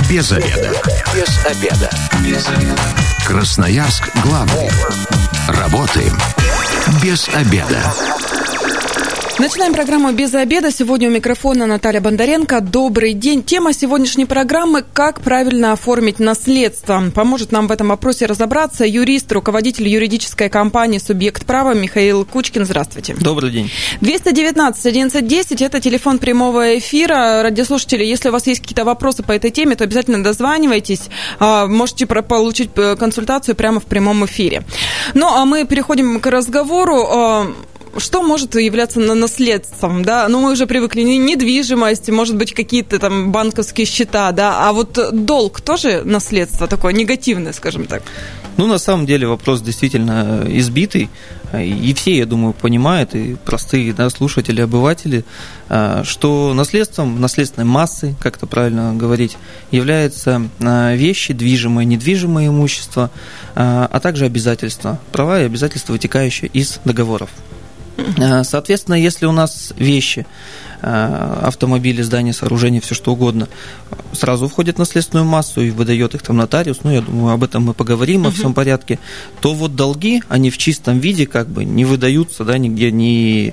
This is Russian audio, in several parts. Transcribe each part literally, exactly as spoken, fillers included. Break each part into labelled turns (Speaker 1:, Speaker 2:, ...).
Speaker 1: Без обеда. Без обеда. Без обеда. Красноярск главный. Работаем без обеда.
Speaker 2: Начинаем программу «Без обеда». Сегодня у микрофона Наталья Бондаренко. Добрый день. Тема сегодняшней программы – как правильно оформить наследство. Поможет нам в этом вопросе разобраться юрист, руководитель юридической компании «Субъект права» Михаил Кучкин. Здравствуйте.
Speaker 3: Добрый день.
Speaker 2: двести девятнадцать одиннадцать десять – это телефон прямого эфира. Радиослушатели, если у вас есть какие-то вопросы по этой теме, то обязательно дозванивайтесь. Можете получить консультацию прямо в прямом эфире. Ну, а мы переходим к разговору. Что может являться наследством, да? Ну, мы уже привыкли, недвижимость, может быть, какие-то там банковские счета, да? А вот долг тоже наследство такое негативное, скажем так?
Speaker 3: Ну, на самом деле вопрос действительно избитый, и все, я думаю, понимают, и простые, да, слушатели, обыватели, что наследством, наследственной массой, как это правильно говорить, являются вещи, движимое, недвижимое имущество, а также обязательства, права и обязательства, вытекающие из договоров. Соответственно, если у нас вещи, автомобили, здания, сооружения, все что угодно, сразу входят в наследственную массу и выдает их там нотариус, ну, я думаю, об этом мы поговорим, uh-huh. о всем порядке, то вот долги, они в чистом виде как бы не выдаются, да, нигде, не...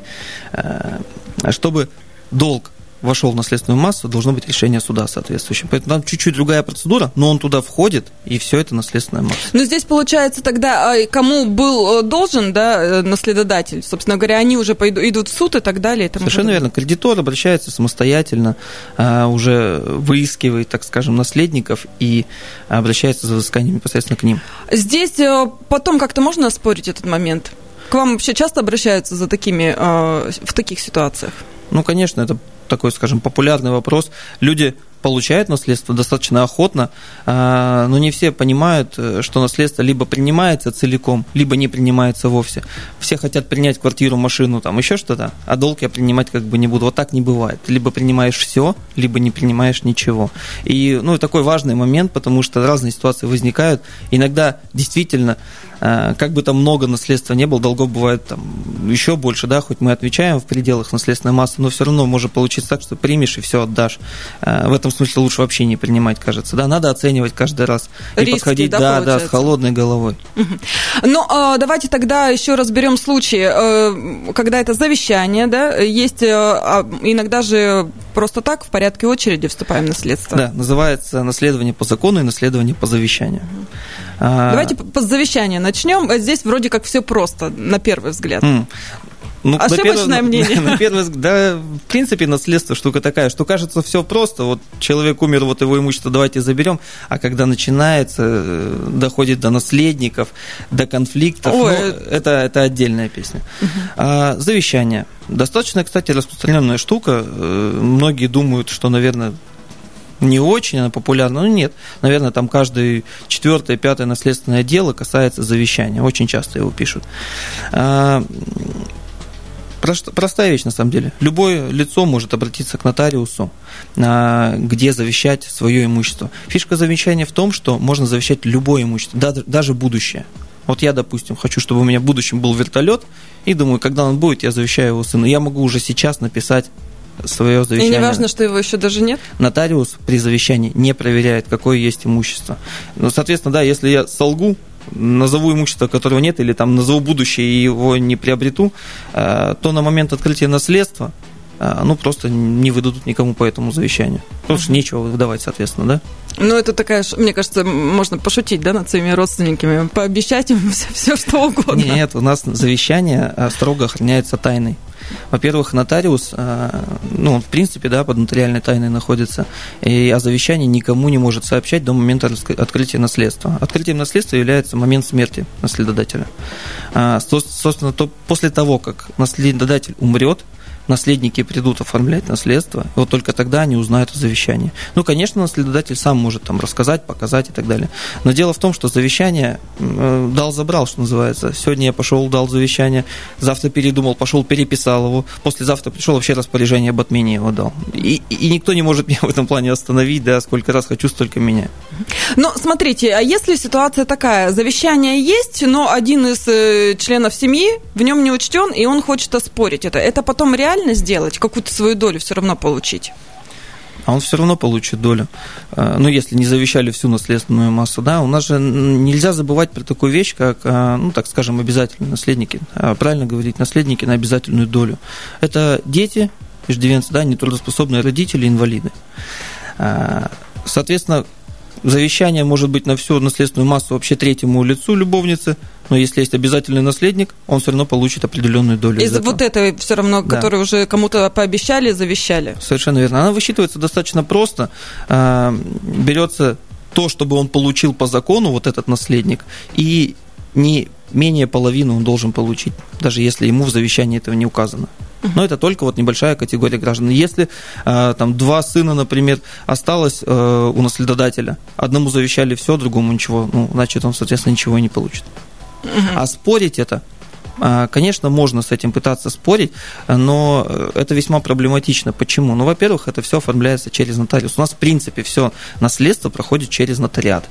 Speaker 3: Чтобы долг вошел в наследственную массу, должно быть решение суда соответствующее. Поэтому там чуть-чуть другая процедура, но он туда входит, и все это наследственная масса.
Speaker 2: Но здесь получается тогда, кому был должен, да, наследодатель, собственно говоря, они уже пойдут, идут в суд и так далее. И тому
Speaker 3: Совершенно верно. Кредитор обращается самостоятельно, уже выискивает, так скажем, наследников и обращается за взысканием непосредственно к ним.
Speaker 2: Здесь потом как-то можно оспорить этот момент? К вам вообще часто обращаются за такими, в таких ситуациях?
Speaker 3: Ну, конечно, это такой, скажем, популярный вопрос. Люди получают наследство достаточно охотно, но не все понимают, что наследство либо принимается целиком, либо не принимается вовсе. Все хотят принять квартиру, машину, там еще что-то, а долг я принимать как бы не буду. Вот так не бывает. Либо принимаешь все, либо не принимаешь ничего. И, ну, такой важный момент, потому что разные ситуации возникают. Иногда действительно, как бы там много наследства не было, долгов бывает там еще больше, да, хоть мы отвечаем в пределах наследственной массы, но все равно может получиться так, что примешь и все отдашь. В этом смысле лучше вообще не принимать, кажется. Да, надо оценивать каждый раз и риски, подходить, да, да, да, с холодной головой.
Speaker 2: Угу. Ну, давайте тогда еще разберем случаи, когда это завещание, да, есть иногда же просто так в порядке очереди вступаем в наследство.
Speaker 3: Да, называется наследование по закону и наследование по завещанию. Угу.
Speaker 2: Давайте по завещанию начнем. Здесь вроде как все просто, на первый взгляд.
Speaker 3: Mm. Ну,
Speaker 2: ошибочное
Speaker 3: на первый,
Speaker 2: мнение.
Speaker 3: На первый взгляд, да, в принципе, наследство штука такая, что кажется все просто. Вот человек умер, вот его имущество давайте заберем, а когда начинается, доходит до наследников, до конфликтов, ну, это, это отдельная песня. Uh-huh. А, завещание. Достаточно, кстати, распространенная штука. Многие думают, что, наверное, не очень она популярна, но нет. Наверное, там каждое четвертое, пятое наследственное дело касается завещания. Очень часто его пишут. Простая вещь, на самом деле. Любое лицо может обратиться к нотариусу, где завещать свое имущество. Фишка завещания в том, что можно завещать любое имущество, даже будущее. Вот я, допустим, хочу, чтобы у меня в будущем был вертолет, и думаю, когда он будет, я завещаю его сыну. Я могу уже сейчас написать свое завещание.
Speaker 2: И не важно, что его еще даже нет?
Speaker 3: Нотариус при завещании не проверяет, какое есть имущество. Ну, соответственно, да, если я солгу, назову имущество, которого нет, или там назову будущее и его не приобрету, то на момент открытия наследства, ну, просто не выдадут никому по этому завещанию. Потому что нечего выдавать, соответственно, да?
Speaker 2: Ну, это такая, мне кажется, можно пошутить, да, над своими родственниками, пообещать им все, все что угодно.
Speaker 3: Нет, у нас завещание строго охраняется тайной. Во-первых, нотариус, ну, он, в принципе, да, под нотариальной тайной находится, и о завещании никому не может сообщать до момента открытия наследства. Открытием наследства является момент смерти наследодателя. Собственно, то после того, как наследодатель умрет, наследники придут оформлять наследство, и вот только тогда они узнают о завещании. Ну, конечно, наследодатель сам может там рассказать, показать и так далее. Но дело в том, что завещание э, дал-забрал, что называется. Сегодня я пошел, дал завещание, завтра передумал, пошел, переписал его, послезавтра пришел, вообще распоряжение об отмене его дал. И, и никто не может меня в этом плане остановить, да, сколько раз хочу, столько меняю.
Speaker 2: Ну, смотрите, а если ситуация такая, завещание есть, но один из э, членов семьи в нем не учтен, и он хочет оспорить это, это потом реально сделать, какую-то свою долю все равно получить?
Speaker 3: а он все равно получит долю. Ну, если не завещали всю наследственную массу, да, у нас же нельзя забывать про такую вещь, как, ну, так скажем, обязательные наследники. Правильно говорить, наследники на обязательную долю. Это дети, иждивенцы, да, нетрудоспособные родители, инвалиды. Соответственно, завещание может быть на всю наследственную массу вообще третьему лицу любовницы, но если есть обязательный наследник, он все равно получит определенную долю.
Speaker 2: Из, из вот этой все равно, да. Которую уже кому-то пообещали, завещали.
Speaker 3: Совершенно верно. Она высчитывается достаточно просто. Берется то, чтобы он получил по закону, вот этот наследник, и не менее половины он должен получить, даже если ему в завещании этого не указано. Но это только вот небольшая категория граждан. Если э, там два сына, например, осталось э, у наследодателя, одному завещали все, другому ничего, ну, значит, он, соответственно, ничего и не получит. Угу. А спорить это, э, конечно, можно с этим пытаться спорить, но это весьма проблематично. Почему? Ну, во-первых, это все оформляется через нотариус. У нас, в принципе, все наследство проходит через нотариат.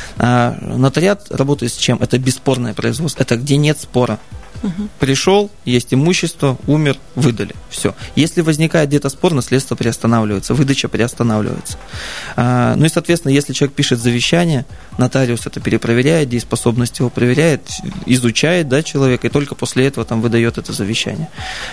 Speaker 3: А нотариат работает с чем? Это бесспорное производство, это где нет спора. Угу. Пришел, есть имущество, умер, выдали. Все. Если возникает где-то спор, наследство приостанавливается, выдача приостанавливается. А, ну и, соответственно, если человек пишет завещание, нотариус это перепроверяет, дееспособность его проверяет, изучает, да, человека, и только после этого там выдает это завещание.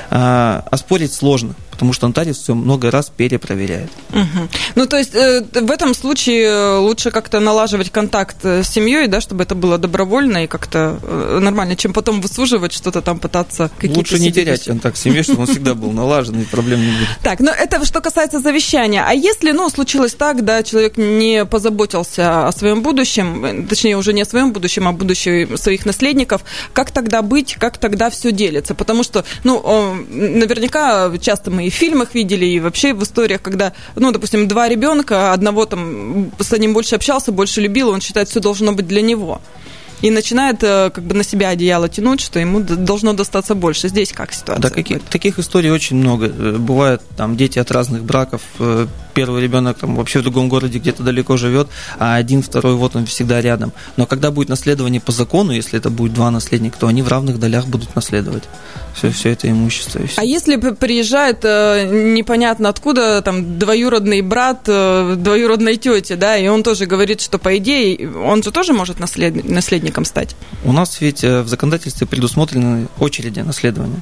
Speaker 3: А, а спорить сложно, потому что нотариус все много раз перепроверяет.
Speaker 2: Угу. Ну, то есть э, в этом случае лучше как-то налаживать контакт с семьей, да, чтобы это было добровольно и как-то э, нормально, чем потом высуживать что-то там, пытаться какие-то...
Speaker 3: Лучше не терять контакт с семьей, чтобы он всегда был налажен, и проблем не будет.
Speaker 2: Так, ну это что касается завещания. А если, ну, случилось так, да, человек не позаботился о своем будущем, точнее, уже не о своем будущем, а о будущем своих наследников, как тогда быть, как тогда все делится? Потому что, ну, наверняка часто мы и в фильмах видели, и вообще в историях, когда, ну, допустим, два ребенка, одного там с одним больше общался, больше любил, он считает, все должно быть для него. И начинает как бы на себя одеяло тянуть, что ему должно достаться больше. Здесь как ситуация?
Speaker 3: Да, каких, таких историй очень много. Бывают там дети от разных браков. Первый ребенок там вообще в другом городе где-то далеко живет, а один, второй, вот он всегда рядом. Но когда будет наследование по закону, если это будет два наследника, то они в равных долях будут наследовать все, все это имущество. И все.
Speaker 2: А если приезжает непонятно откуда там двоюродный брат двоюродной тети, да, и он тоже говорит, что по идее он же тоже может наслед... наследником стать?
Speaker 3: У нас ведь в законодательстве предусмотрены очереди наследования.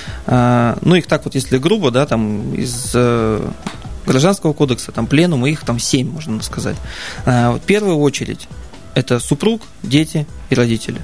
Speaker 3: Ну, их так вот, если грубо, да, там из Гражданского кодекса, там пленума, их там семь, можно сказать. В первую очередь это супруг, дети и родители.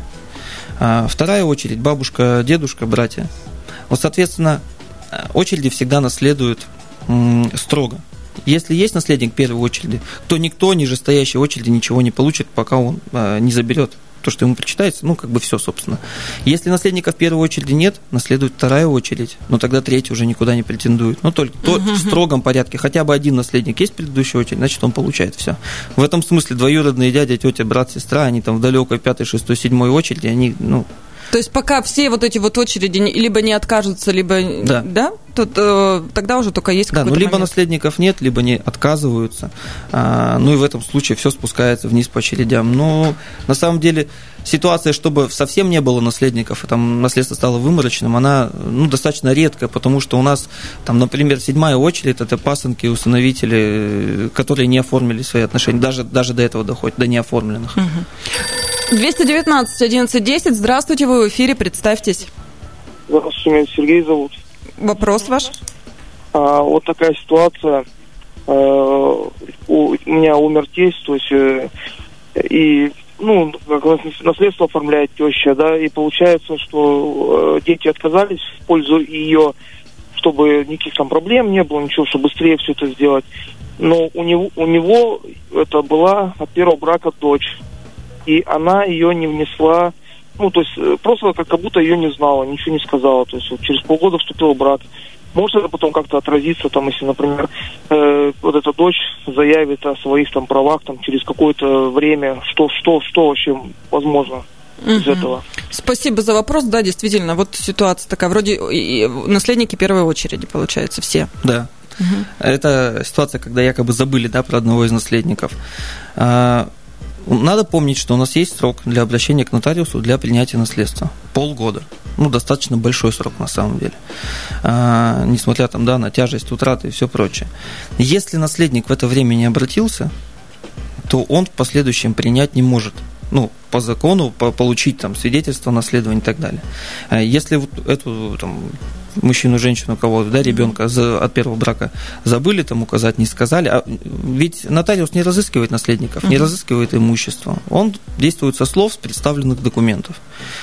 Speaker 3: Вторая очередь бабушка, дедушка, братья. Вот, соответственно, очереди всегда наследуют строго. Если есть наследник первой очереди, то никто нижестоящей очереди ничего не получит, пока он не заберет то, что ему причитается, ну, как бы все, собственно. Если наследника в первой очереди нет, наследует вторая очередь, но тогда третья уже никуда не претендует. Ну, только то, в строгом порядке. Хотя бы один наследник есть в предыдущей очереди, значит, он получает все. В этом смысле двоюродные дядя, тетя, брат, сестра, они там в далекой пятой, шестой, седьмой очереди, они, ну...
Speaker 2: То есть пока все вот эти вот очереди либо не откажутся, либо... Да. Да? То, то, тогда уже только есть какой-то
Speaker 3: Да, ну, либо
Speaker 2: момент.
Speaker 3: Наследников нет, либо не отказываются. А, ну, и в этом случае все спускается вниз по очередям. Но, на самом деле, ситуация, чтобы совсем не было наследников, и там наследство стало выморочным, она, ну, достаточно редкая, потому что у нас, там, например, седьмая очередь – это пасынки, усыновители, которые не оформили свои отношения. Даже, даже до этого доходит, до неоформленных.
Speaker 2: Угу. двести девятнадцать одиннадцать десять. Здравствуйте, вы в эфире, представьтесь.
Speaker 4: Здравствуйте, меня Сергей зовут.
Speaker 2: Вопрос ваш?
Speaker 4: А, вот такая ситуация. А, у, у меня умер тесть, то есть, э, и, ну, наследство оформляет теща, да, и получается, что э, дети отказались в пользу ее, чтобы никаких там проблем не было, ничего, чтобы быстрее все это сделать. Но у него, у него это была от первого брака дочь, и она ее не внесла. Ну, то есть, просто как, как будто ее не знала, ничего не сказала. То есть, вот через полгода вступил в брак. Может это потом как-то отразиться, там, если, например, э, вот эта дочь заявит о своих там правах там через какое-то время, что, что, что вообще возможно из угу. этого.
Speaker 2: Спасибо за вопрос. Да, действительно, вот ситуация такая, вроде и наследники первой очереди, получается, все.
Speaker 3: Да. Угу. Это ситуация, когда якобы забыли, да, про одного из наследников. Надо помнить, что у нас есть срок для обращения к нотариусу для принятия наследства. Полгода. Ну, достаточно большой срок на самом деле. А, несмотря там, да, на тяжесть утраты и все прочее. Если наследник в это время не обратился, то он в последующем принять не может. Ну, по закону, по, получить там свидетельство о наследовании и так далее. Если вот эту там, мужчину, женщину, кого-то, да, ребенка от первого брака забыли там указать, не сказали, а ведь нотариус не разыскивает наследников, не разыскивает имущество. Он действует со слов, с представленных документов.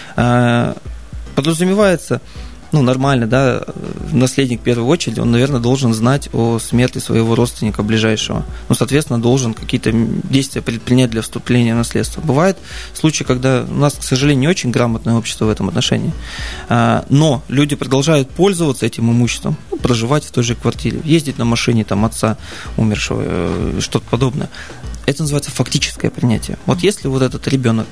Speaker 3: Подразумевается, ну, нормально, да, наследник в первую очередь, он, наверное, должен знать о смерти своего родственника ближайшего. Ну, соответственно, должен какие-то действия предпринять для вступления в наследство. Бывают случаи, когда у нас, к сожалению, не очень грамотное общество в этом отношении, но люди продолжают пользоваться этим имуществом, ну, проживать в той же квартире, ездить на машине там, отца умершего, что-то подобное. Это называется фактическое принятие. Вот если вот этот ребенок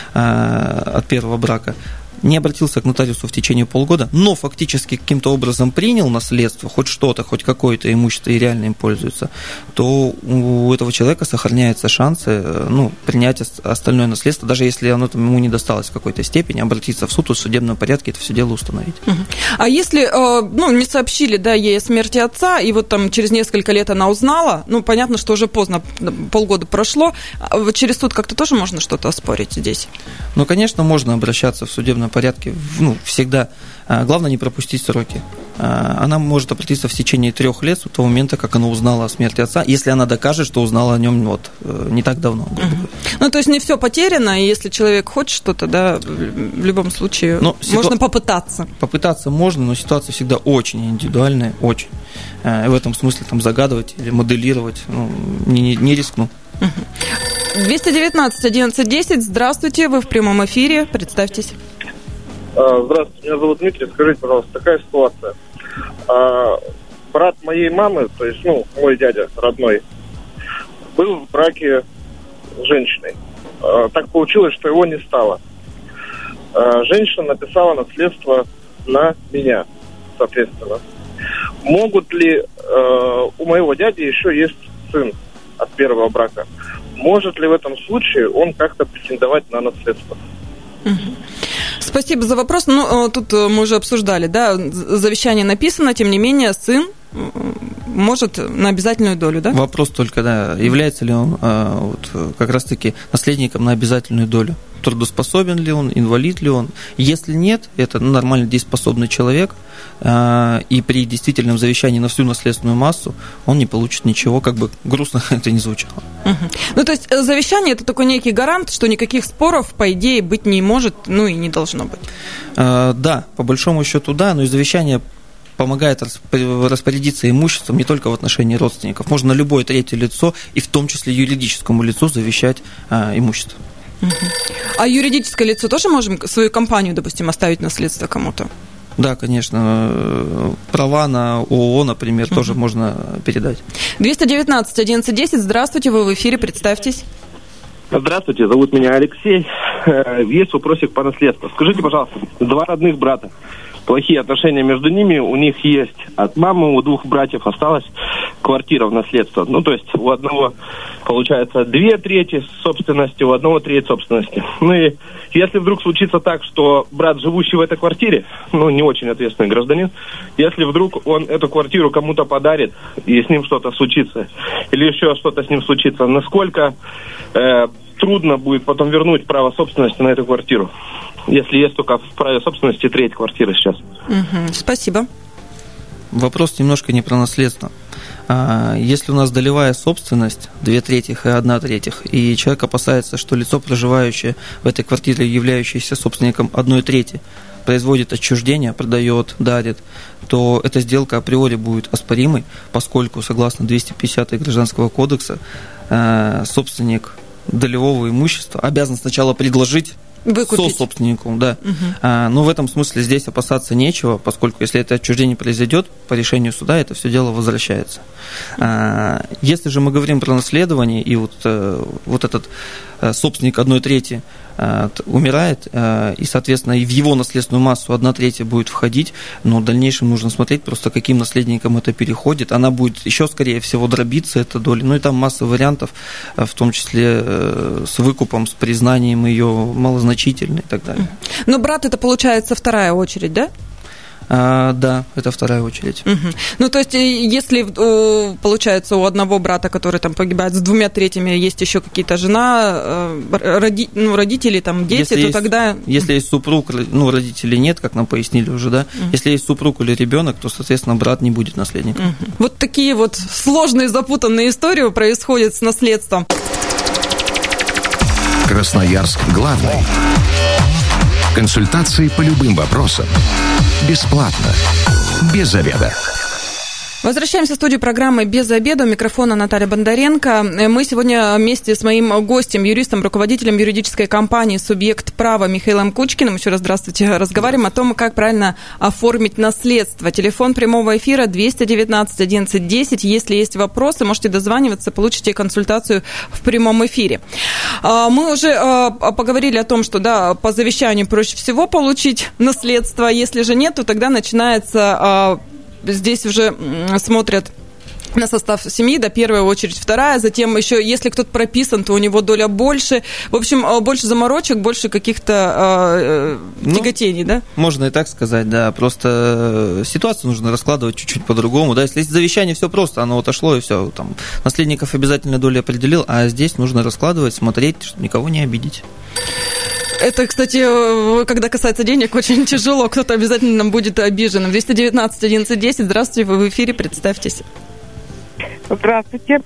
Speaker 3: от первого брака не обратился к нотариусу в течение полгода, но фактически каким-то образом принял наследство, хоть что-то, хоть какое-то имущество и реально им пользуется, то у этого человека сохраняются шансы, ну, принять остальное наследство, даже если оно там, ему не досталось в какой-то степени, обратиться в суд, в судебном порядке это все дело установить.
Speaker 2: А если, ну, не сообщили, да, ей о смерти отца, и вот там через несколько лет она узнала, ну, понятно, что уже поздно, полгода прошло, через суд как-то тоже можно что-то оспорить здесь?
Speaker 3: Ну, конечно, можно обращаться в судебном порядке, ну, всегда. Главное не пропустить сроки. Она может обратиться в течение трех лет с того момента, как она узнала о смерти отца, если она докажет, что узнала о нем вот не так давно. Uh-huh.
Speaker 2: Ну, то есть не все потеряно, и если человек хочет что-то, да, в любом случае но можно ситу... попытаться.
Speaker 3: Попытаться можно, но ситуация всегда очень индивидуальная, очень. И в этом смысле там загадывать или моделировать, ну, не, не рискну.
Speaker 2: двести девятнадцать одиннадцать десять, здравствуйте, вы в прямом эфире, представьтесь.
Speaker 5: Здравствуйте, меня зовут Дмитрий. Скажите, пожалуйста, такая ситуация. Брат моей мамы, то есть, ну, мой дядя родной, был в браке с женщиной. Так получилось, что его не стало. Женщина написала наследство на меня, соответственно. Могут ли... У моего дяди еще есть сын от первого брака. Может ли в этом случае он как-то претендовать на наследство?
Speaker 2: Спасибо за вопрос. Ну, тут мы уже обсуждали, да, завещание написано, тем не менее, сын может на обязательную долю, да?
Speaker 3: Вопрос только, да, является ли он вот, как раз-таки наследником на обязательную долю. Трудоспособен ли он, инвалид ли он. Если нет, это нормально дееспособный человек, и при действительном завещании на всю наследственную массу он не получит ничего, как бы грустно это ни звучало.
Speaker 2: Угу. Ну, то есть завещание – это такой некий гарант, что никаких споров, по идее, быть не может, ну и не должно быть.
Speaker 3: Да, по большому счету, да, но и завещание помогает распорядиться имуществом не только в отношении родственников. Можно любое третье лицо, и в том числе юридическому лицу, завещать имущество.
Speaker 2: А юридическое лицо тоже можем свою компанию, допустим, оставить наследство кому-то?
Speaker 3: Да, конечно. Права на ООО, например, uh-huh. тоже можно передать.
Speaker 2: двести девятнадцать одиннадцать десять, здравствуйте, вы в эфире, представьтесь.
Speaker 5: Здравствуйте, зовут меня Алексей. Есть вопросик по наследству. Скажите, пожалуйста, два родных брата. Плохие отношения между ними, у них есть. От мамы у двух братьев осталась квартира в наследство. Ну, то есть у одного, получается, две трети собственности, у одного треть собственности. Ну и если вдруг случится так, что брат, живущий в этой квартире, ну, не очень ответственный гражданин, если вдруг он эту квартиру кому-то подарит, и с ним что-то случится, или еще что-то с ним случится, насколько э, трудно будет потом вернуть право собственности на эту квартиру? Если есть только в праве собственности треть квартиры сейчас.
Speaker 2: Угу, спасибо.
Speaker 3: Вопрос немножко не про наследство. Если у нас долевая собственность, две трети и одна треть, и человек опасается, что лицо, проживающее в этой квартире, являющееся собственником одной трети, производит отчуждение, продает, дарит, то эта сделка априори будет оспоримой, поскольку, согласно двести пятидесятого Гражданского кодекса, собственник долевого имущества обязан сначала предложить
Speaker 2: выкупить
Speaker 3: со-собственнику, да.
Speaker 2: Угу.
Speaker 3: А, но в этом смысле здесь опасаться нечего, поскольку если это отчуждение произойдет, по решению суда это все дело возвращается. А, если же мы говорим про наследование, и вот, вот этот собственник одной трети умирает, и, соответственно, и в его наследственную массу одна третья будет входить, но в дальнейшем нужно смотреть просто, каким наследникам это переходит. Она будет еще, скорее всего, дробиться, эта доля. Ну и там масса вариантов, в том числе с выкупом, с признанием ее малозначительной и так далее.
Speaker 2: Но брат, это получается вторая очередь, да?
Speaker 3: А, да, это вторая очередь.
Speaker 2: Угу. Ну, то есть, если, получается, у одного брата, который там погибает с двумя третьими, есть еще какие-то жена, роди, ну, родители, там, дети,
Speaker 3: если
Speaker 2: то
Speaker 3: есть,
Speaker 2: тогда...
Speaker 3: Если есть супруг, ну, родителей нет, как нам пояснили уже, да? Угу. Если есть супруг или ребенок, то, соответственно, брат не будет наследником.
Speaker 2: Угу. Вот такие вот сложные, запутанные истории происходят с наследством.
Speaker 1: Красноярск главный. Консультации по любым вопросам. Бесплатно. Без обеда.
Speaker 2: Возвращаемся в студию программы «Без обеда». У микрофона Наталья Бондаренко. Мы сегодня вместе с моим гостем, юристом, руководителем юридической компании «Субъект права» Михаилом Кучкиным, еще раз здравствуйте, разговариваем о том, как правильно оформить наследство. Телефон прямого эфира двести девятнадцать одиннадцать десять. Если есть вопросы, можете дозваниваться, получите консультацию в прямом эфире. Мы уже поговорили о том, что да, по завещанию проще всего получить наследство. Если же нет, то тогда начинается... Здесь уже смотрят на состав семьи, да, первая очередь, вторая, затем еще, если кто-то прописан, то у него доля больше. В общем, больше заморочек, больше каких-то э, тяготений, ну, да?
Speaker 3: Можно и так сказать, да. Просто ситуацию нужно раскладывать чуть-чуть по-другому. Да, если завещание все просто, оно отошло, и все, там, наследников обязательно долю определил, а здесь нужно раскладывать, смотреть, чтобы никого не обидеть.
Speaker 2: Это, кстати, когда касается денег, очень тяжело. Кто-то обязательно нам будет обижен. двести девятнадцать одиннадцать десять. Здравствуйте, вы в эфире, представьтесь.
Speaker 6: Здравствуйте.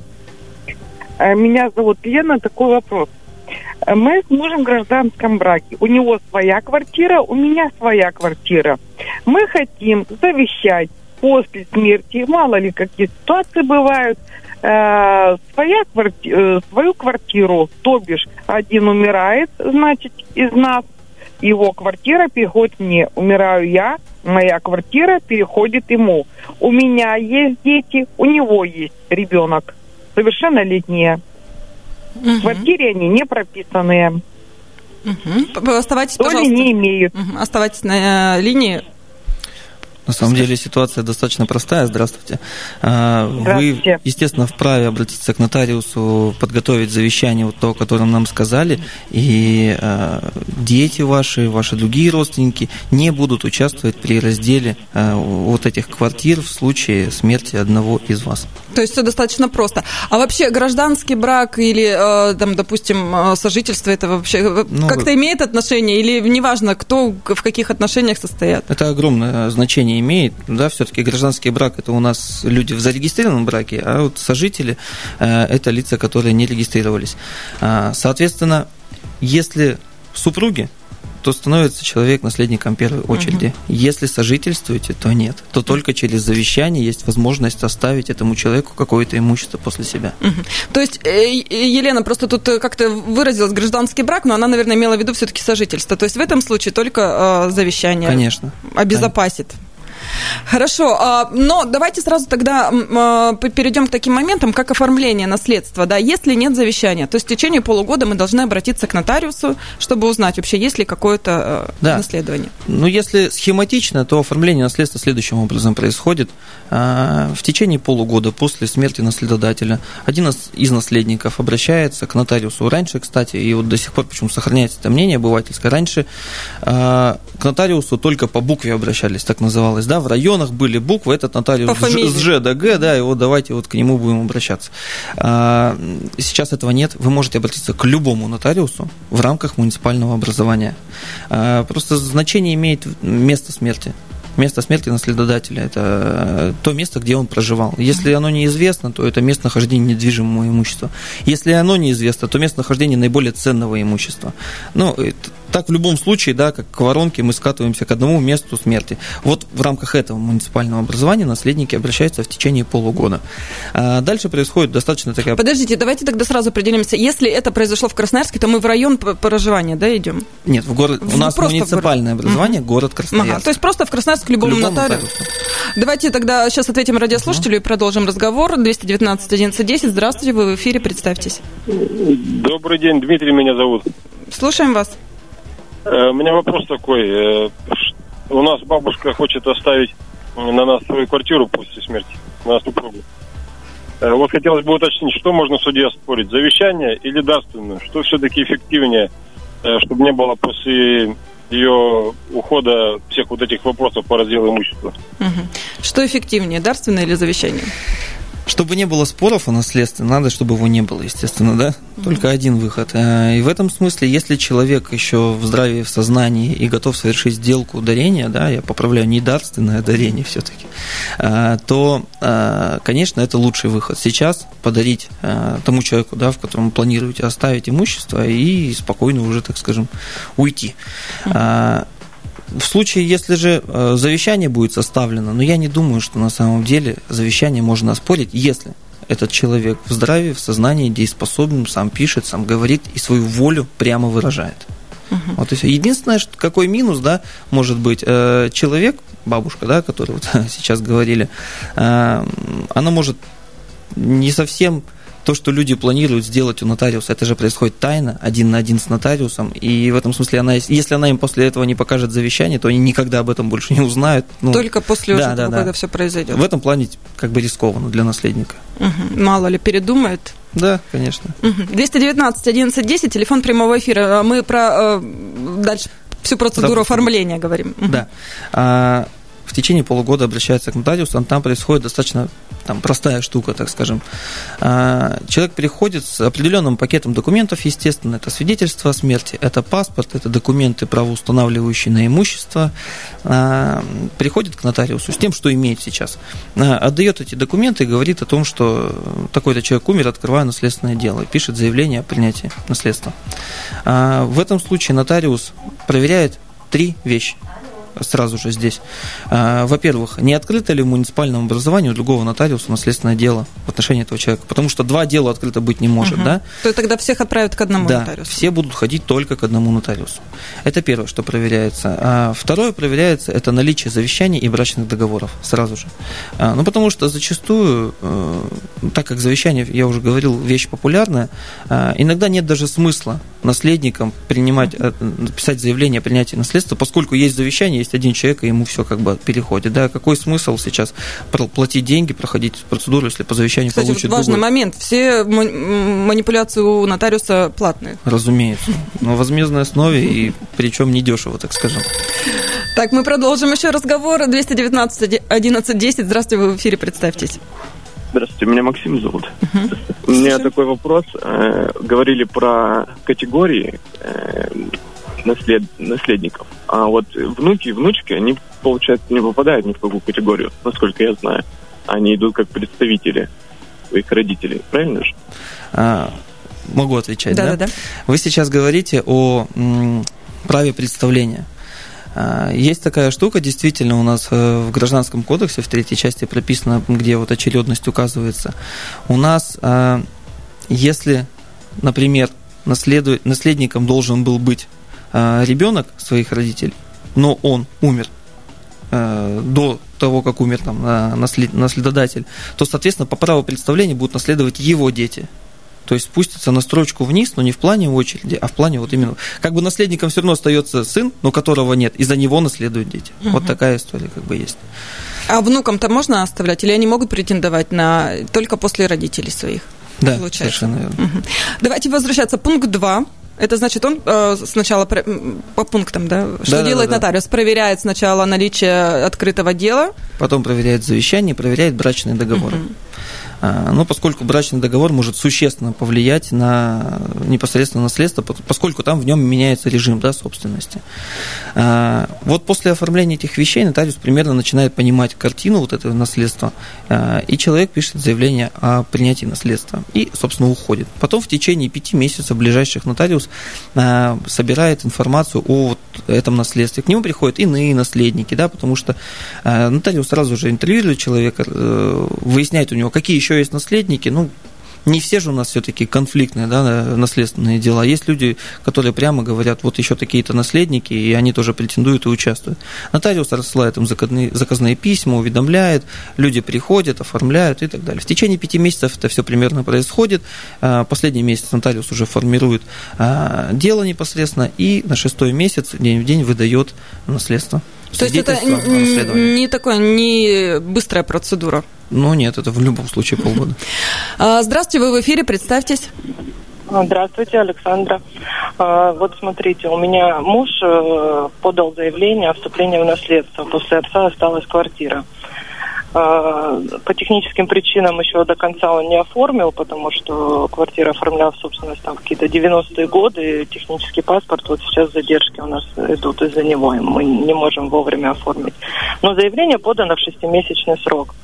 Speaker 6: Меня зовут Лена. Такой вопрос. Мы с мужем в гражданском браке. У него своя квартира, у меня своя квартира. Мы хотим завещать после смерти, мало ли какие ситуации бывают, своя кварти... свою квартиру, то бишь один умирает, значит, из нас, его квартира переходит мне. Умираю я, моя квартира переходит ему. У меня есть дети, у него есть ребенок, совершеннолетние. Угу. В квартире они не прописанные.
Speaker 2: Угу. Оставайтесь,
Speaker 6: доли
Speaker 2: пожалуйста.
Speaker 6: не имеют.
Speaker 2: Угу. Оставайтесь на линии.
Speaker 3: На самом деле ситуация достаточно простая. Здравствуйте. Здравствуйте. Вы, естественно, вправе обратиться к нотариусу, подготовить завещание, вот то, о котором нам сказали, и дети ваши, ваши другие родственники не будут участвовать при разделе вот этих квартир в случае смерти одного из вас.
Speaker 2: То есть все достаточно просто. А вообще гражданский брак или, там, допустим, сожительство, это вообще ну, как-то имеет отношение или неважно, кто в каких отношениях состоят? Это
Speaker 3: огромное значение имеет, да, все-таки гражданский брак – это у нас люди в зарегистрированном браке, а вот сожители – это лица, которые не регистрировались. Соответственно, если супруги, то становится человек наследником первой очереди. Угу. Если сожительствуете, то нет. То только через завещание есть возможность оставить этому человеку какое-то имущество после себя.
Speaker 2: Угу. То есть, Елена просто тут как-то выразилась гражданский брак, но она, наверное, имела в виду все-таки сожительство. То есть в этом случае только завещание
Speaker 3: Конечно.
Speaker 2: обезопасит. Конечно. Хорошо, но давайте сразу тогда перейдем к таким моментам, как оформление наследства. Да, если нет завещания, то есть в течение полугода мы должны обратиться к нотариусу, чтобы узнать, вообще есть ли какое-то да. наследование.
Speaker 3: Ну, если схематично, то оформление наследства следующим образом происходит. В течение полугода после смерти наследодателя один из наследников обращается к нотариусу. Раньше, кстати, и вот до сих пор почему сохраняется это мнение обывательское, раньше к нотариусу только по букве обращались, так называлось, да, в районах были буквы, этот нотариус с Ж до Г, да, и вот давайте вот к нему будем обращаться. Сейчас этого нет, вы можете обратиться к любому нотариусу в рамках муниципального образования. Просто значение имеет место смерти. Место смерти наследодателя – это то место, где он проживал. Если оно неизвестно, то это место нахождения недвижимого имущества. Если оно неизвестно, то место нахождения наиболее ценного имущества. Ну, так в любом случае, да, как к воронке, мы скатываемся к одному месту смерти. Вот в рамках этого муниципального образования наследники обращаются в течение полугода. А дальше происходит достаточно такая...
Speaker 2: Подождите, давайте тогда сразу определимся. Если это произошло в Красноярске, то мы в район проживания, да, идем?
Speaker 3: Нет, в город... в... у нас муниципальное образование, угу. город Красноярск. Ага,
Speaker 2: то есть просто в Красноярск к любому, любому нотариусу. Давайте тогда сейчас ответим радиослушателю угу. и продолжим разговор. двести девятнадцать одиннадцать десять. Здравствуйте, вы в эфире, представьтесь.
Speaker 7: Добрый день, Дмитрий меня зовут.
Speaker 2: Слушаем вас.
Speaker 7: У меня вопрос такой. У нас бабушка хочет оставить на нас свою квартиру после смерти, на супругу. Вот хотелось бы уточнить, что можно в суде оспорить, завещание или дарственную? Что все-таки эффективнее, чтобы не было после ее ухода всех вот этих вопросов по разделу имущества?
Speaker 2: Угу. Что эффективнее, дарственное или завещание?
Speaker 3: Чтобы не было споров о наследстве, надо, чтобы его не было, естественно, да? Mm-hmm. Только один выход. И в этом смысле, если человек еще в здравии, в сознании и готов совершить сделку дарения, да, я поправляю, не дарственное дарение все-таки, то, конечно, это лучший выход. Сейчас подарить тому человеку, да, в котором планируете оставить имущество и спокойно уже, так скажем, уйти. Mm-hmm. В случае, если же завещание будет составлено, но я не думаю, что на самом деле завещание можно оспорить, если этот человек в здравии, в сознании, дееспособен, сам пишет, сам говорит и свою волю прямо выражает. Угу. Вот и все. Единственное, что, какой минус, да, может быть, человек, бабушка, да, которую вот сейчас говорили, она может не совсем... То, что люди планируют сделать у нотариуса, это же происходит тайно, один на один с нотариусом, и в этом смысле, она, если она им после этого не покажет завещание, то они никогда об этом больше не узнают. Ну,
Speaker 2: только после
Speaker 3: да,
Speaker 2: уже
Speaker 3: да,
Speaker 2: того,
Speaker 3: да.
Speaker 2: когда все произойдет.
Speaker 3: В этом плане как бы рискованно для наследника.
Speaker 2: Угу. Мало ли передумает.
Speaker 3: Да, конечно.
Speaker 2: Угу. двести девятнадцать одиннадцать десять, телефон прямого эфира. Мы про э, дальше всю процедуру оформления говорим. Угу.
Speaker 3: Да. А, в течение полугода обращается к нотариусу, там происходит достаточно там, простая штука, так скажем. Человек приходит с определенным пакетом документов, естественно, это свидетельство о смерти, это паспорт, это документы, правоустанавливающие на имущество, приходит к нотариусу с тем, что имеет сейчас, отдает эти документы и говорит о том, что такой-то человек умер, открываю наследственное дело, и пишет заявление о принятии наследства. В этом случае нотариус проверяет три вещи. Сразу же здесь. Во-первых, не открыто ли в муниципальном образовании у другого нотариуса наследственное дело в отношении этого человека? Потому что два дела открыто быть не может, угу. да?
Speaker 2: То тогда всех отправят к одному
Speaker 3: да,
Speaker 2: нотариусу?
Speaker 3: все будут ходить только к одному нотариусу. Это первое, что проверяется. А второе проверяется, это наличие завещаний и брачных договоров сразу же. Ну, потому что зачастую, так как завещание, я уже говорил, вещь популярная, иногда нет даже смысла наследникам принимать, писать заявление о принятии наследства, поскольку есть завещание, есть один человек, и ему все как бы переходит. Да? Какой смысл сейчас платить деньги, проходить процедуру, если по завещанию
Speaker 2: Кстати,
Speaker 3: получит
Speaker 2: вот важный
Speaker 3: другой?
Speaker 2: момент. Все манипуляции у нотариуса платные.
Speaker 3: Разумеется. На возмездной основе, и причем недешево, так скажем.
Speaker 2: Так, мы продолжим еще разговор. двести девятнадцать одиннадцать десять. Здравствуйте, вы в эфире, представьтесь.
Speaker 8: Здравствуйте, меня Максим зовут.
Speaker 2: Uh-huh.
Speaker 8: У меня такой вопрос. Говорили про категории наслед... наследников. А вот внуки и внучки, они, получается, не попадают ни в какую категорию, насколько я знаю. Они идут как представители своих родителей. Правильно же?
Speaker 3: А, могу отвечать,
Speaker 2: да,
Speaker 3: да?
Speaker 2: Да, да.
Speaker 3: Вы сейчас говорите о м, праве представления. А, есть такая штука, действительно, у нас в Гражданском кодексе в третьей части прописано, где вот очередность указывается. У нас, а, если, например, наследу... наследником должен был быть ребенок своих родителей, но он умер э, до того, как умер там, наслед, наследодатель, то, соответственно, по праву представления будут наследовать его дети. То есть спустится на строчку вниз, но не в плане очереди, а в плане вот именно... Как бы наследником все равно остается сын, но которого нет, и за него наследуют дети. Угу. Вот такая история как бы есть. А
Speaker 2: внукам-то можно оставлять, или они могут претендовать на только после родителей своих?
Speaker 3: Да,
Speaker 2: получается?
Speaker 3: Совершенно верно.
Speaker 2: Угу. Давайте возвращаться. Пункт два. Это значит, он э, сначала по, по пунктам, да? Что
Speaker 3: да,
Speaker 2: делает
Speaker 3: да, да.
Speaker 2: нотариус? Проверяет сначала наличие открытого дела.
Speaker 3: Потом проверяет завещание, проверяет брачные договоры. Угу. Но поскольку брачный договор может существенно повлиять на непосредственно наследство, поскольку там в нем меняется режим, да, собственности. Вот после оформления этих вещей нотариус примерно начинает понимать картину вот этого наследства, и человек пишет заявление о принятии наследства и, собственно, уходит. Потом в течение пяти месяцев ближайших нотариус собирает информацию о вот этом наследстве. К нему приходят иные наследники, да, потому что нотариус сразу же интервьюирует человека, выясняет у него, какие еще есть наследники, ну, не все же у нас все-таки конфликтные, да, наследственные дела. Есть люди, которые прямо говорят, вот еще такие-то наследники, и они тоже претендуют и участвуют. Нотариус рассылает им заказные, заказные письма, уведомляет, люди приходят, оформляют и так далее. В течение пяти месяцев это все примерно происходит. Последний месяц нотариус уже формирует дело непосредственно, и на шестой месяц день в день выдает наследство.
Speaker 2: То есть это не такое, не быстрая процедура?
Speaker 3: Ну нет, это в любом случае полгода.
Speaker 2: Здравствуйте, вы в эфире, представьтесь.
Speaker 9: Здравствуйте, Александра. Вот смотрите, у меня муж подал заявление о вступлении в наследство. После отца осталась квартира. По техническим причинам еще до конца он не оформил, потому что квартира оформляла в собственность там какие-то девяностые годы, и технический паспорт, вот сейчас задержки у нас идут из-за него, и мы не можем вовремя оформить. Но заявление подано в шестимесячный срок.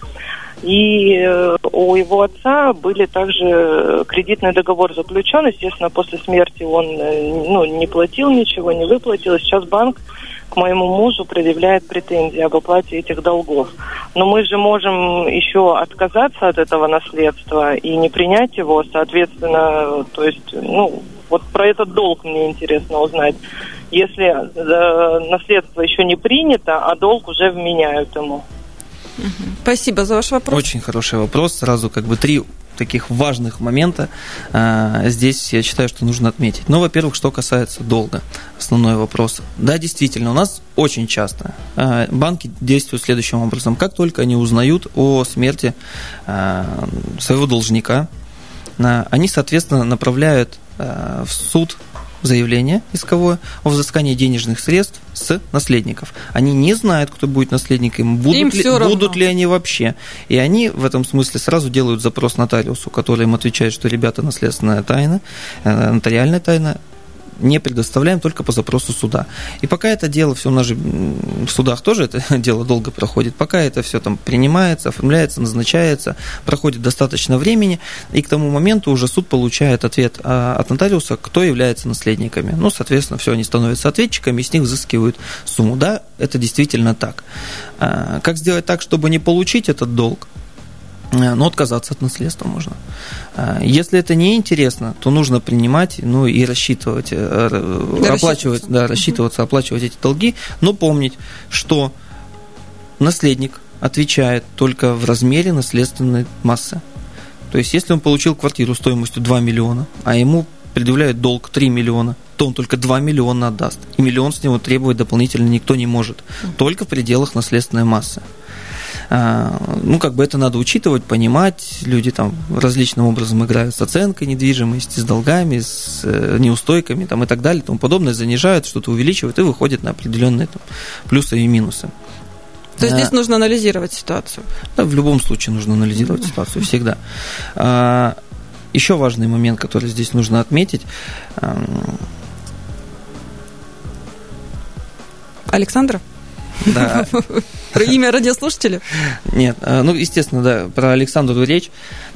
Speaker 9: И у его отца были также кредитный договор заключен, естественно, после смерти он ну, не платил ничего, не выплатил, и сейчас банк к моему мужу предъявляет претензии об оплате этих долгов. Но мы же можем еще отказаться от этого наследства и не принять его, соответственно, то есть, ну, вот про этот долг мне интересно узнать. Если э, наследство еще не принято, а долг уже вменяют ему.
Speaker 2: Спасибо за ваш вопрос.
Speaker 3: Очень хороший вопрос. Сразу как бы три таких важных момента здесь я считаю, что нужно отметить. Ну, во-первых, что касается долга, основной вопрос. Да, действительно, у нас очень часто банки действуют следующим образом. Как только они узнают о смерти своего должника, они, соответственно, направляют в суд заявление исковое о взыскании денежных средств с наследников. Они не знают, кто будет наследником, будут, ли, будут ли они вообще. И они в этом смысле сразу делают запрос нотариусу, который им отвечает, что, ребята, наследственная тайна, нотариальная тайна, не предоставляем только по запросу суда. И пока это дело, все у нас же в судах тоже это дело долго проходит, пока это все там принимается, оформляется, назначается, проходит достаточно времени, и к тому моменту уже суд получает ответ от нотариуса, кто является наследниками. Ну, соответственно, все, они становятся ответчиками, и с них взыскивают сумму. Да, это действительно так. Как сделать так, чтобы не получить этот долг? Но отказаться от наследства можно. Если это не интересно, то нужно принимать, ну и рассчитывать, да, оплачивать, да, рассчитываться, оплачивать эти долги, но помнить, что наследник отвечает только в размере наследственной массы. То есть, если он получил квартиру стоимостью два миллиона, а ему предъявляют долг три миллиона, то он только два миллиона отдаст. И миллион с него требовать дополнительно никто не может. Только в пределах наследственной массы. Ну, как бы это надо учитывать, понимать. Люди там различным образом играют с оценкой недвижимости, с долгами, с неустойками там, и так далее, и тому подобное, занижают, что-то увеличивают и выходят на определенные там, плюсы и минусы.
Speaker 2: То есть здесь нужно анализировать ситуацию?
Speaker 3: Да, в любом случае нужно анализировать ситуацию, всегда. Еще важный момент, который здесь нужно отметить.
Speaker 2: Александра?
Speaker 3: Да.
Speaker 2: Про имя радиослушателя?
Speaker 3: Нет, ну, естественно, да, про Александру речь.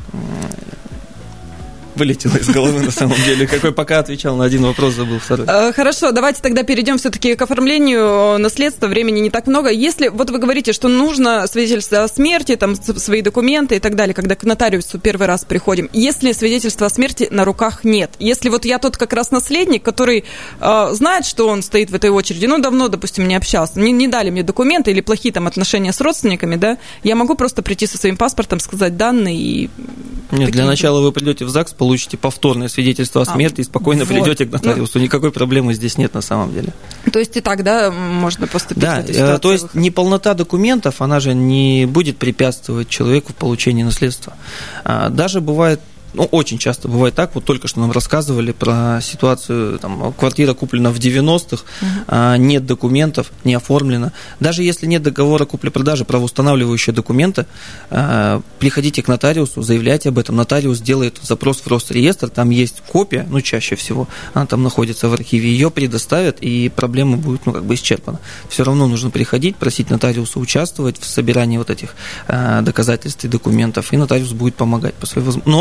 Speaker 3: Вылетело из головы, на самом деле. Какой пока отвечал на один вопрос, забыл второй.
Speaker 2: Хорошо, давайте тогда перейдем все-таки к оформлению наследства. Времени не так много. Если, вот вы говорите, что нужно свидетельство о смерти, там, свои документы и так далее, когда к нотариусу первый раз приходим. Если свидетельства о смерти на руках нет, если вот я тот как раз наследник, который э, знает, что он стоит в этой очереди, ну, давно, допустим, не общался, не, не дали мне документы или плохие там отношения с родственниками, да, я могу просто прийти со своим паспортом, сказать данные и...
Speaker 3: Нет, для начала вы придете в ЗАГС, получите повторное свидетельство о смерти а, и спокойно вот. придете к нотариусу. Никакой проблемы здесь нет на самом деле.
Speaker 2: То есть и тогда можно поступить
Speaker 3: да, в этой ситуации? То есть неполнота документов, она же не будет препятствовать человеку в получении наследства. Даже бывает... Ну, очень часто бывает так, вот только что нам рассказывали про ситуацию, там, квартира куплена в девяностых, uh-huh. а, нет документов, не оформлено. Даже если нет договора купли-продажи, правоустанавливающего документа, а, приходите к нотариусу, заявляйте об этом, нотариус делает запрос в Росреестр, там есть копия, ну, чаще всего, она там находится в архиве, ее предоставят, и проблема будет, ну, как бы исчерпана. Все равно нужно приходить, просить нотариуса участвовать в собирании вот этих а, доказательств и документов, и нотариус будет помогать по своей возможности. Но у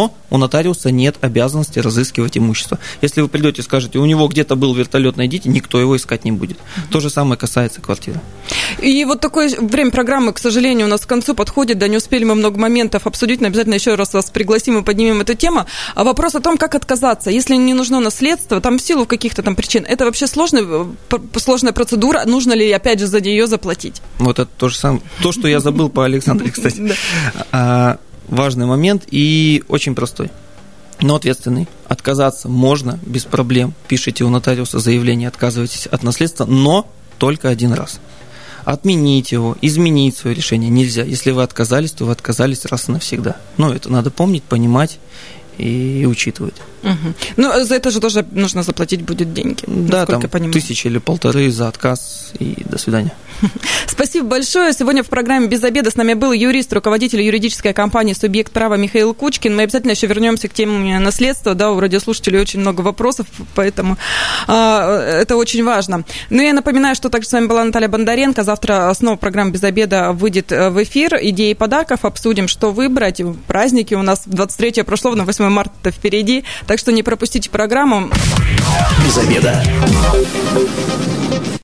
Speaker 3: нотариуса нет обязанности разыскивать имущество. Если вы придете и скажете, у него где-то был вертолет, найдите, никто его искать не будет. Mm-hmm. То же самое касается квартиры.
Speaker 2: И вот такое время программы, к сожалению, у нас к концу подходит, да, не успели мы много моментов обсудить, но обязательно еще раз вас пригласим и поднимем эту тему. А вопрос о том, как отказаться, если не нужно наследство, там в силу каких-то там причин, это вообще сложная, сложная процедура, нужно ли, опять же, за нее заплатить?
Speaker 3: Вот это то же самое, то, что я забыл по Александре, кстати. Важный момент и очень простой, но ответственный. Отказаться можно без проблем. Пишите у нотариуса заявление, отказывайтесь от наследства, но только один раз. Отменить его, изменить свое решение нельзя. Если вы отказались, то вы отказались раз и навсегда. Но это надо помнить, понимать и учитывать.
Speaker 2: Угу. Ну, за это же тоже нужно заплатить будет деньги.
Speaker 3: Да, там тысячи или полторы за отказ, и до свидания.
Speaker 2: Спасибо большое. Сегодня в программе «Без обеда» с нами был юрист, руководитель юридической компании «Субъект права» Михаил Кучкин. Мы обязательно еще вернемся к теме наследства. Да, у радиослушателей очень много вопросов, поэтому а, это очень важно. Но я напоминаю, что также с вами была Наталья Бондаренко. Завтра снова программа «Без обеда» выйдет в эфир. Идеи подарков обсудим, что выбрать. Праздники у нас двадцать третье прошло, на восьмое марта впереди. Так что не пропустите программу.
Speaker 1: «Без обеда».